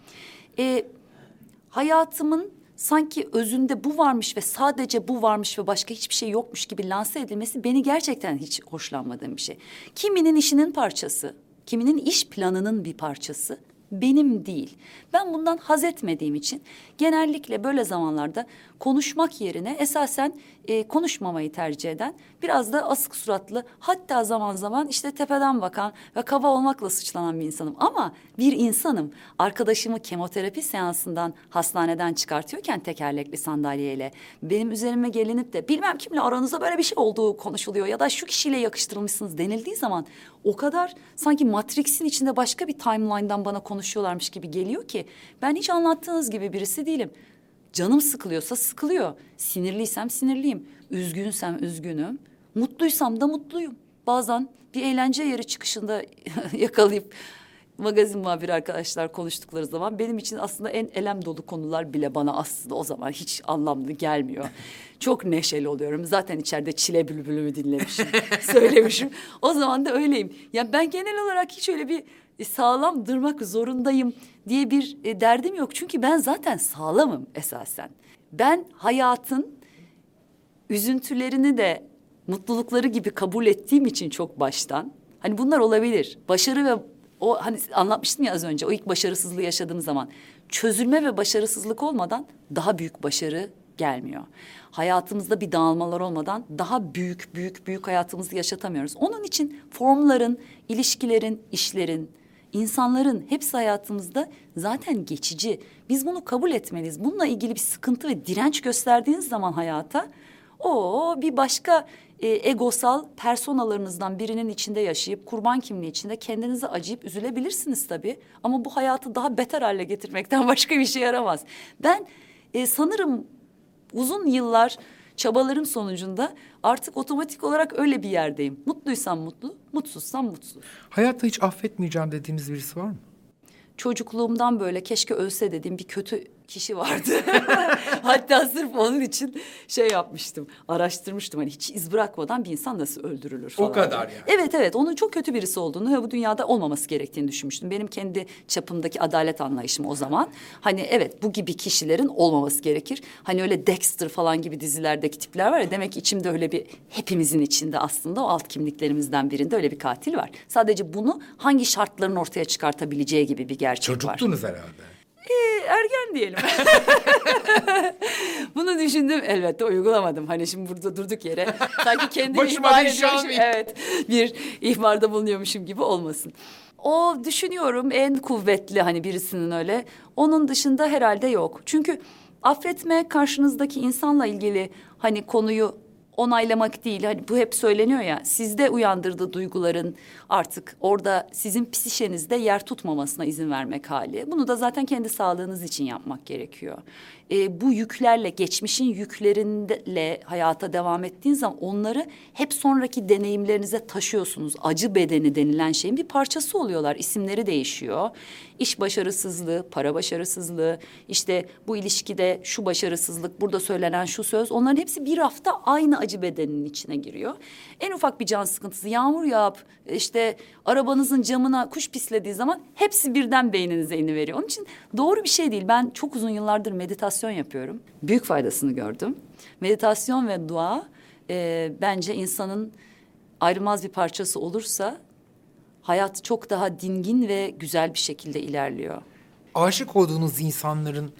Hayatımın sanki özünde bu varmış ve sadece bu varmış ve başka hiçbir şey yokmuş gibi lanse edilmesi beni gerçekten hiç hoşlanmadığım bir şey. Kiminin işinin parçası, kiminin iş planının bir parçası benim değil. Ben bundan haz etmediğim için genellikle böyle zamanlarda konuşmak yerine esasen konuşmamayı tercih eden, biraz da asık suratlı, hatta zaman zaman işte tepeden bakan ve kaba olmakla suçlanan bir insanım. Ama bir insanım. Arkadaşımı kemoterapi seansından hastaneden çıkartıyorken tekerlekli sandalyeyle benim üzerime gelinip de bilmem kimle aranızda böyle bir şey olduğu konuşuluyor ya da şu kişiyle yakıştırılmışsınız denildiği zaman o kadar sanki Matrix'in içinde başka bir timeline'dan bana konuşuyorlarmış gibi geliyor ki ben hiç anlattığınız gibi birisi değilim. Canım sıkılıyorsa sıkılıyor. Sinirliysem sinirliyim. Üzgünsem üzgünüm. Mutluysam da mutluyum. Bazen bir eğlence yeri çıkışında yakalayıp magazin muhabiri arkadaşlar konuştukları zaman benim için aslında en elem dolu konular bile bana aslında o zaman hiç anlamlı gelmiyor. Çok neşeli oluyorum. Zaten içeride Çile Bülbülü'mü dinlemişim, söylemişim. O zaman da öyleyim. Ya ben genel olarak hiç öyle bir sağlam durmak zorundayım diye bir derdim yok. Çünkü ben zaten sağlamım esasen. Ben hayatın üzüntülerini de mutlulukları gibi kabul ettiğim için çok baştan. Hani bunlar olabilir. Başarı ve o hani anlatmıştım ya az önce o ilk başarısızlığı yaşadığım zaman. Çözülme ve başarısızlık olmadan daha büyük başarı gelmiyor. Hayatımızda bir dağılmalar olmadan daha büyük hayatımızı yaşatamıyoruz. Onun için formların, ilişkilerin, işlerin, İnsanların hepsi hayatımızda zaten geçici. Biz bunu kabul etmeliyiz. Bununla ilgili bir sıkıntı ve direnç gösterdiğiniz zaman hayata bir başka egosal personalarınızdan birinin içinde yaşayıp kurban kimliği içinde kendinize acıyıp üzülebilirsiniz tabii. Ama bu hayatı daha beter hale getirmekten başka bir şey yaramaz. Ben sanırım uzun yıllar çabalarım sonucunda artık otomatik olarak öyle bir yerdeyim. Mutluysam mutlu, mutsuzsam mutsuz. Hayatta hiç affetmeyeceğim dediğiniz birisi var mı? Çocukluğumdan böyle keşke ölse dediğim bir kötü kişi vardı. Hatta sırf onun için şey yapmıştım, araştırmıştım. Hani hiç iz bırakmadan bir insan nasıl öldürülür falan. O kadar yani. Evet evet, onun çok kötü birisi olduğunu ve bu dünyada olmaması gerektiğini düşünmüştüm. Benim kendi çapımdaki adalet anlayışım o zaman. Hani evet, bu gibi kişilerin olmaması gerekir. Hani öyle Dexter falan gibi dizilerdeki tipler var ya, demek ki içimde öyle bir, hepimizin içinde aslında o alt kimliklerimizden birinde öyle bir katil var. Sadece bunu hangi şartların ortaya çıkartabileceği gibi bir gerçek var. Çocuktunuz herhalde. Ergen diyelim. Bunu düşündüm, elbette uygulamadım. Hani şimdi burada durduk yere sanki kendimi Başıma ihbar bir iş ediyormuşum. almayayım. Evet, bir ihbarda bulunuyormuşum gibi olmasın. O düşünüyorum en kuvvetli hani birisinin öyle. Onun dışında herhalde yok. Çünkü affetme karşınızdaki insanla ilgili hani konuyu onaylamak değil. Hani bu hep söyleniyor ya, sizde uyandırdığı duyguların artık orada sizin psişenizde yer tutmamasına izin vermek hali. Bunu da zaten kendi sağlığınız için yapmak gerekiyor. Bu yüklerle, geçmişin yükleriyle hayata devam ettiğiniz zaman onları hep sonraki deneyimlerinize taşıyorsunuz. Acı bedeni denilen şeyin bir parçası oluyorlar. İsimleri değişiyor. İş başarısızlığı, para başarısızlığı, işte bu ilişkide şu başarısızlık, burada söylenen şu söz, onların hepsi bir hafta aynı acı bedeninin içine giriyor. En ufak bir can sıkıntısı, yağmur yağıp işte arabanızın camına kuş pislediği zaman hepsi birden beyninize iniveriyor. Onun için doğru bir şey değil. Ben çok uzun yıllardır meditasyon yapıyorum. Büyük faydasını gördüm. Meditasyon ve dua bence insanın ayrılmaz bir parçası olursa hayat çok daha dingin ve güzel bir şekilde ilerliyor. Aşık olduğunuz insanların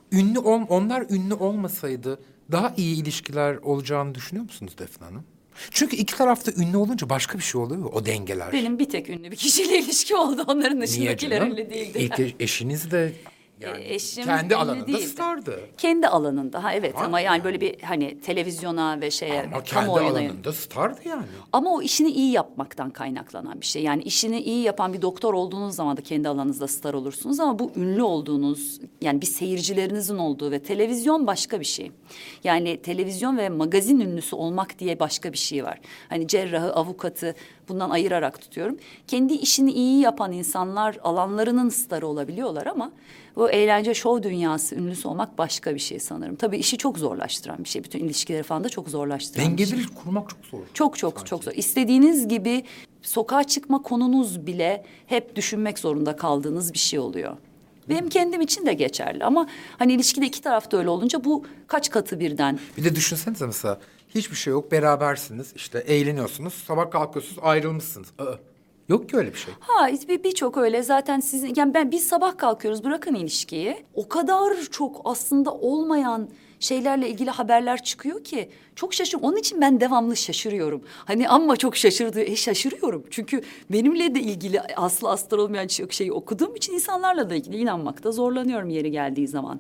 onlar ünlü olmasaydı daha iyi ilişkiler olacağını düşünüyor musunuz Defne Hanım? Çünkü iki tarafta ünlü olunca başka bir şey oluyor, o dengeler. Benim bir tek ünlü bir kişiyle ilişki oldu. Onların Niye dışındakiler canım? ünlü değildi. İlk eşiniz de yani Eşim kendi ünlü alanında değildi. stardı. Kendi alanında, ha evet, Var ama yani yani. böyle bir hani televizyona ve şeye, Ama kendi kamuoyuna. alanında stardı yani. Ama o işini iyi yapmaktan kaynaklanan bir şey. Yani işini iyi yapan bir doktor olduğunuz zaman da kendi alanınızda star olursunuz. Ama bu ünlü olduğunuz, yani bir seyircilerinizin olduğu ve televizyon başka bir şey. Yani televizyon ve magazin ünlüsü olmak diye başka bir şey var. Hani cerrahı, avukatı bundan ayırarak tutuyorum. Kendi işini iyi yapan insanlar alanlarının starı olabiliyorlar ama bu eğlence, şov dünyası ünlüsü olmak başka bir şey sanırım. Tabii işi çok zorlaştıran bir şey. Bütün ilişkileri falan da çok zorlaştıran bir şey. Dengeleri kurmak çok zor. Çok çok sanki. çok zor. İstediğiniz gibi sokağa çıkma konunuz bile hep düşünmek zorunda kaldığınız bir şey oluyor. Benim kendim için de geçerli ama hani ilişkide iki tarafta öyle olunca bu kaç katı birden. Bir de düşünsenize mesela hiçbir şey yok, berabersiniz, işte eğleniyorsunuz, sabah kalkıyorsunuz, ayrılmışsınız. Yok ki öyle bir şey. Ha, birçok öyle zaten sizin, yani biz sabah kalkıyoruz, bırakın ilişkiyi. O kadar çok aslında olmayan şeylerle ilgili haberler çıkıyor ki çok şaşırıyorum. Onun için ben devamlı şaşırıyorum. Hani ama çok şaşırıyorum. Çünkü benimle de ilgili aslı astar olmayan çok şeyi okuduğum için insanlarla da ilgili inanmakta zorlanıyorum yeri geldiği zaman.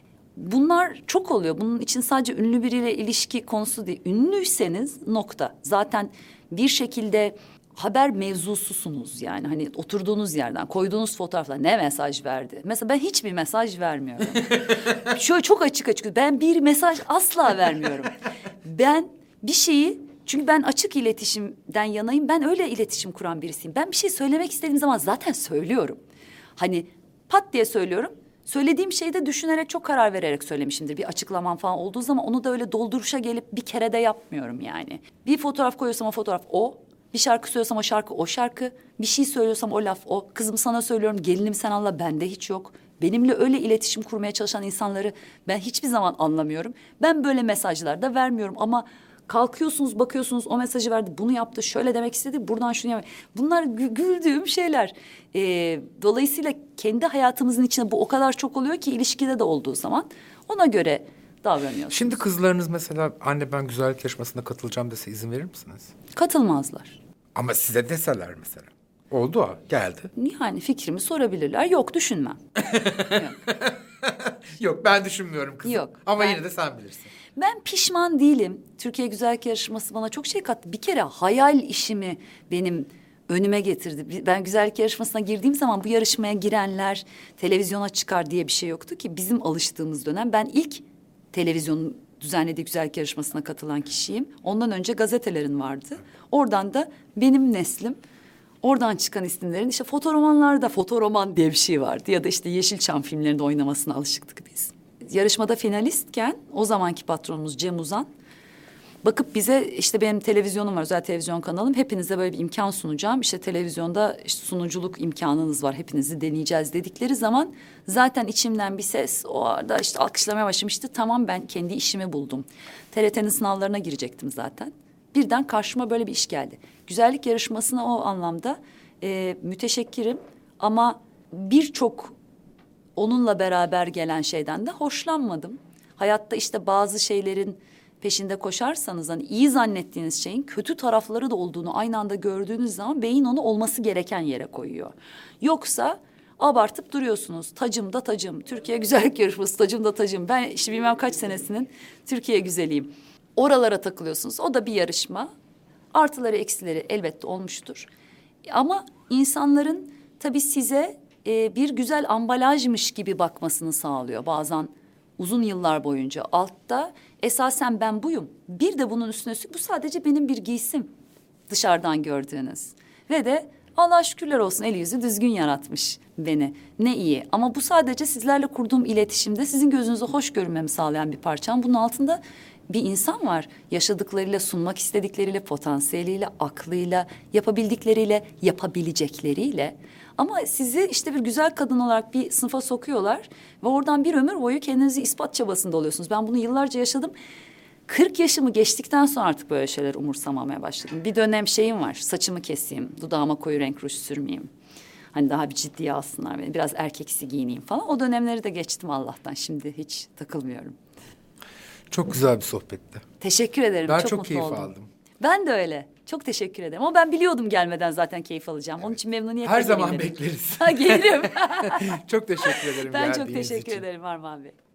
Bunlar çok oluyor. Bunun için sadece ünlü biriyle ilişki konusu değil. Ünlüyseniz nokta. Zaten bir şekilde haber mevzususunuz yani. Hani oturduğunuz yerden koyduğunuz fotoğrafla ne mesaj verdi? Mesela ben hiçbir mesaj vermiyorum. Şöyle çok açık ben bir mesaj asla vermiyorum. Ben bir şeyi, çünkü ben açık iletişimden yanayım. Ben öyle iletişim kuran birisiyim. Ben bir şey söylemek istediğim zaman zaten söylüyorum. Hani pat diye söylüyorum. Söylediğim şeyi de düşünerek, çok karar vererek söylemişimdir. Bir açıklamam falan olduğu zaman onu da öyle dolduruşa gelip bir kere de yapmıyorum yani. Bir fotoğraf koyuyorsam o fotoğraf o. Bir şarkı söylüyorsam o şarkı o şarkı. Bir şey söylüyorsam o laf o. Kızım sana söylüyorum, gelinim sen anla, bende hiç yok. Benimle öyle iletişim kurmaya çalışan insanları ben hiçbir zaman anlamıyorum. Ben böyle mesajlar da vermiyorum ama kalkıyorsunuz, bakıyorsunuz o mesajı verdi, bunu yaptı, şöyle demek istedi, buradan şunu yaptı. Bunlar güldüğüm şeyler. Dolayısıyla kendi hayatımızın içinde bu o kadar çok oluyor ki ilişkide de olduğu zaman ona göre davranıyorsunuz. Şimdi kızlarınız mesela anne ben güzellik yarışmasına katılacağım dese izin verir misiniz? Katılmazlar. Ama size deseler mesela. Oldu ha, geldi. Yani fikrimi sorabilirler. Yok, düşünmem. Yok ben düşünmüyorum kızım. Yok, Ama ben- yine de sen bilirsin. Ben pişman değilim. Türkiye Güzellik Yarışması bana çok şey kattı. Bir kere hayal işimi benim önüme getirdi. Ben güzellik yarışmasına girdiğim zaman bu yarışmaya girenler televizyona çıkar diye bir şey yoktu ki. Bizim alıştığımız dönem, ben ilk televizyonun düzenlediği güzellik yarışmasına katılan kişiyim. Ondan önce gazetelerin vardı. Oradan da benim neslim, oradan çıkan isimlerin işte fotoromanlarda fotoroman diye bir şey vardı. Ya da işte Yeşilçam filmlerinde oynamasına alışıktık biz. yarışmada finalistken o zamanki patronumuz Cem Uzan bakıp bize işte benim televizyonum var, özel televizyon kanalım. Hepinize böyle bir imkan sunacağım. İşte televizyonda işte sunuculuk imkanınız var. Hepinizi deneyeceğiz dedikleri zaman zaten içimden bir ses o arada işte alkışlamaya başlamıştı. Tamam, ben kendi işimi buldum. TRT'nin sınavlarına girecektim zaten. Birden karşıma böyle bir iş geldi. Güzellik yarışmasına o anlamda müteşekkirim ama birçok onunla beraber gelen şeyden de hoşlanmadım. Hayatta işte bazı şeylerin peşinde koşarsanız hani iyi zannettiğiniz şeyin kötü tarafları da olduğunu aynı anda gördüğünüz zaman beyin onu olması gereken yere koyuyor. Yoksa abartıp duruyorsunuz. Tacım da tacım. Türkiye Güzellik Yarışması tacım da tacım. Ben işte bilmem kaç senesinin Türkiye güzeliyim. Oralara takılıyorsunuz. O da bir yarışma. Artıları eksileri elbette olmuştur. Ama insanların tabii size bir güzel ambalajmış gibi bakmasını sağlıyor. Bazen uzun yıllar boyunca altta esasen ben buyum. Bir de bunun üstüne bu sadece benim bir giysim dışarıdan gördüğünüz. Ve de Allah şükürler olsun eli yüzü düzgün yaratmış beni. Ne iyi ama bu sadece sizlerle kurduğum iletişimde sizin gözünüze hoş görünmemi sağlayan bir parçam. Bunun altında bir insan var. Yaşadıklarıyla, sunmak istedikleriyle, potansiyeliyle, aklıyla, yapabildikleriyle, yapabilecekleriyle. Ama sizi işte bir güzel kadın olarak bir sınıfa sokuyorlar ve oradan bir ömür boyu kendinizi ispat çabasında oluyorsunuz. Ben bunu yıllarca yaşadım. 40 yaşımı geçtikten sonra artık böyle şeyler umursamamaya başladım. Bir dönem şeyim var, saçımı keseyim, dudağıma koyu renk ruj sürmeyeyim. Hani daha bir ciddiye alsınlar beni, biraz erkeksi giyineyim falan. O dönemleri de geçtim Allah'tan, şimdi hiç takılmıyorum. Çok güzel bir sohbetti. Teşekkür ederim, Ben çok çok mutlu keyif oldum. aldım. Ben de öyle, çok teşekkür ederim. Ama ben biliyordum gelmeden zaten keyif alacağım. Onun için memnuniyetle Her geleyim zaman dedim. bekleriz. Ha, gelirim. Çok teşekkür ederim Ben çok geldiğiniz teşekkür için. ederim Armağan Bey.